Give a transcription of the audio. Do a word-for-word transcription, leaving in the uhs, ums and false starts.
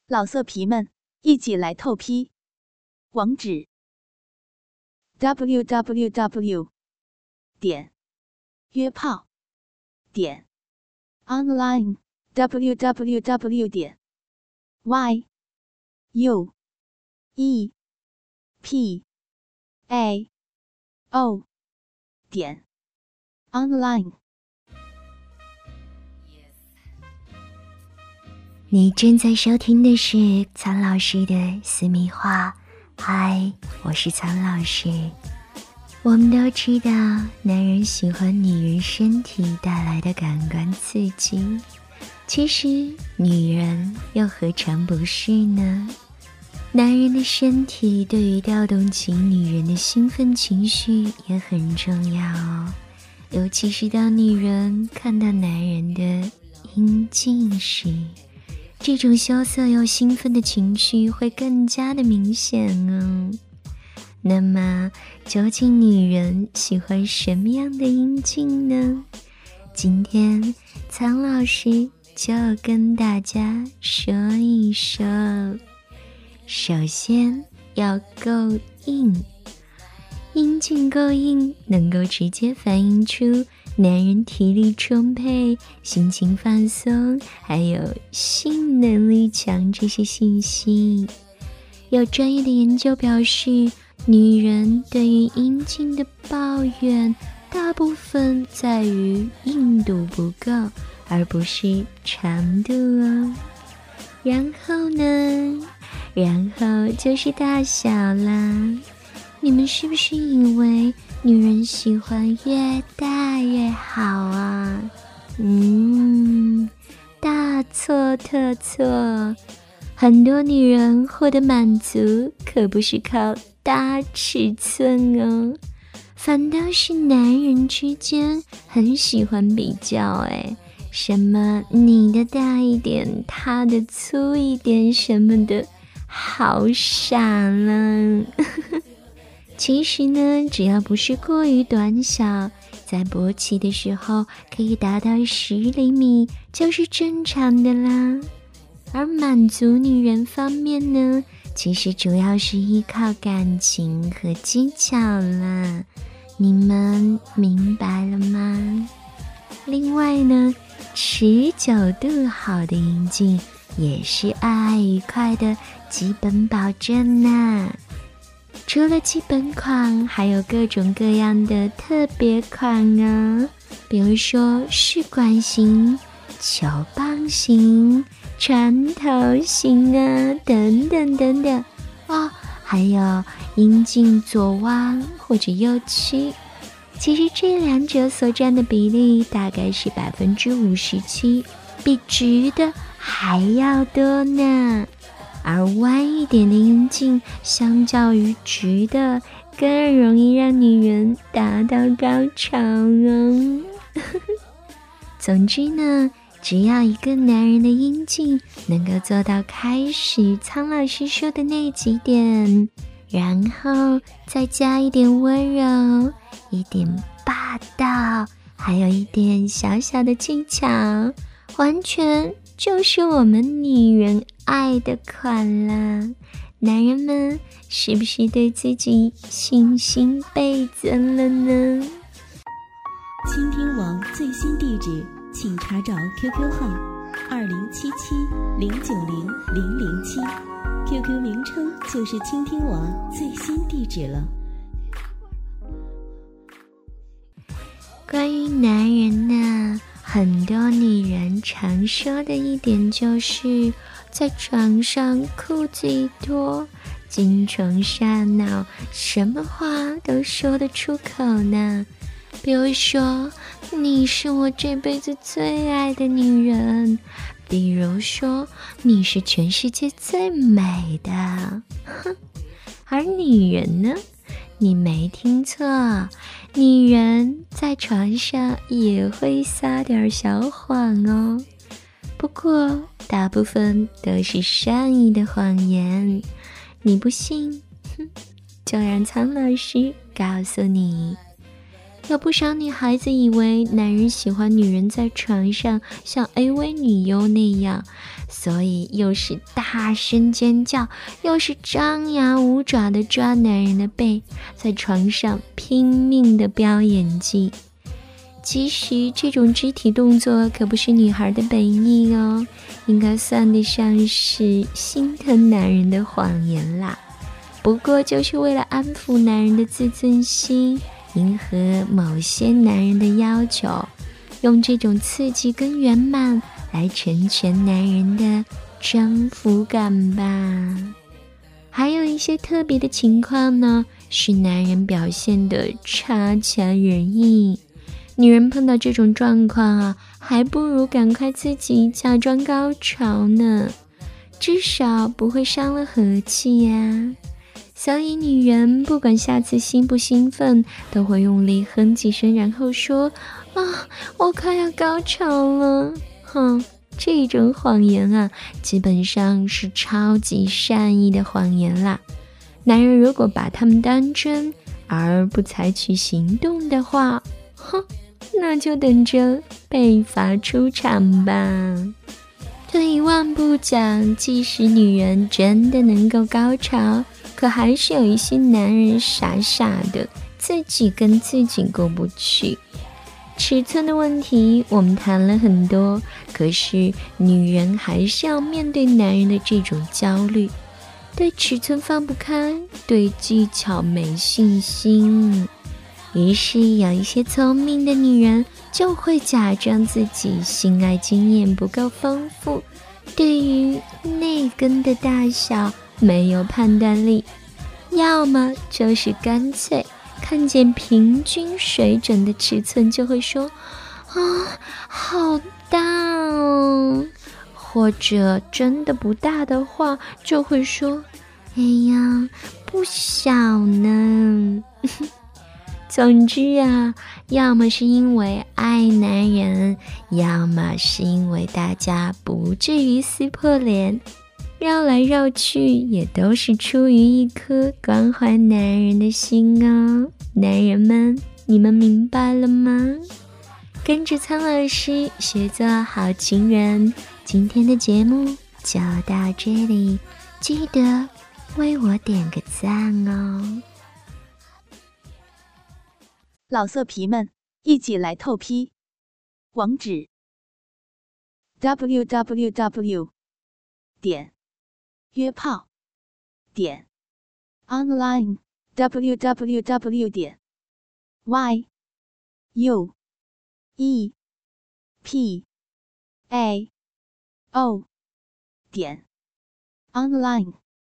老色皮们，一起来透批！网址 ：double u double u double u 点约炮点 online w w w 点 y u e p a o 点 online。 你正在收听的是苍老师的私密话。嗨，我是苍老师。我们都知道，男人喜欢女人身体带来的感官刺激，其实女人又何尝不是呢？男人的身体对于调动起女人的兴奋情绪也很重要哦，尤其是当女人看到男人的阴茎时，这种羞涩又兴奋的情绪会更加的明显哦。那么究竟女人喜欢什么样的阴茎呢？今天苍老师就跟大家说一说。首先要够硬，阴茎够硬能够直接反映出男人体力充沛、心情放松，还有性能力强这些信息。有专业的研究表示，女人对于阴茎的抱怨大部分在于硬度不够，而不是长度哦。然后呢？然后就是大小啦。你们是不是以为女人喜欢越大越好啊？嗯，大错特错。很多女人获得满足可不是靠大尺寸哦，反倒是男人之间很喜欢比较诶，什么你的大一点，他的粗一点什么的，好傻了。其实呢，只要不是过于短小，在勃起的时候可以达到十厘米就是正常的啦。而满足女人方面呢，其实主要是依靠感情和技巧啦，你们明白了吗？另外呢，持久度好的阴茎也是爱爱愉快的基本保证呐。除了基本款，还有各种各样的特别款啊，比如说试管型、球棒型、船头型啊，等等等等哦，还有阴茎左弯或者右曲。其实这两者所占的比例大概是百分之五十七，比直的还要多呢。而弯一点的阴茎相较于直的更容易让女人达到高潮哦。总之呢，只要一个男人的阴茎能够做到开始苍老师说的那几点，然后再加一点温柔，一点霸道，还有一点小小的技巧，完全就是我们女人爱的款啦。男人们是不是对自己信心倍增了呢？ 倾听网最新地址，请查找 Q Q 号二零七七零九零零零七 ，Q Q 名称就是倾听网最新地址了。 关于男人呢，很多女人常说的一点就是在床上裤子一脱，精虫上脑，什么话都说得出口呢。比如说，你是我这辈子最爱的女人，比如说，你是全世界最美的。哼，而女人呢，你没听错，女人在床上也会撒点小谎哦，不过大部分都是善意的谎言。你不信？哼，就让苍老师告诉你。 有不少女孩子以为男人喜欢女人在床上像 A V 女优那样，所以又是大声尖叫，又是张牙舞爪地抓男人的背，在床上拼命地飙演技。其实这种肢体动作可不是女孩的本意哦，应该算得上是心疼男人的谎言啦。不过就是为了安抚男人的自尊心，迎合某些男人的要求，用这种刺激跟圆满来成全男人的征服感吧。还有一些特别的情况呢，是男人表现得差强人意。女人碰到这种状况啊，还不如赶快自己假装高潮呢，至少不会伤了和气呀。所以女人不管下次兴不兴奋，都会用力哼几声，然后说啊，我快要高潮了。哼，这种谎言啊，基本上是超级善意的谎言啦。男人如果把他们当真，而不采取行动的话，哼，那就等着被罚出场吧。退一万步讲，即使女人真的能够高潮，可还是有一些男人傻傻的自己跟自己过不去。尺寸的问题我们谈了很多，可是女人还是要面对男人的这种焦虑，对尺寸放不开，对技巧没信心。于是有一些聪明的女人就会假装自己性爱经验不够丰富，对于内根的大小没有判断力，要么就是干脆看见平均水准的尺寸就会说啊，好大哦，或者真的不大的话就会说哎呀，不小呢。总之啊，要么是因为爱男人，要么是因为大家不至于撕破脸，绕来绕去也都是出于一颗关怀男人的心哦。男人们，你们明白了吗？跟着苍老师学做好情人，今天的节目就到这里，记得为我点个赞哦。 老色皮们，一起来透批！网址 ：double u double u double u 点约炮点 online w w w 点 y u e p a o 点 online。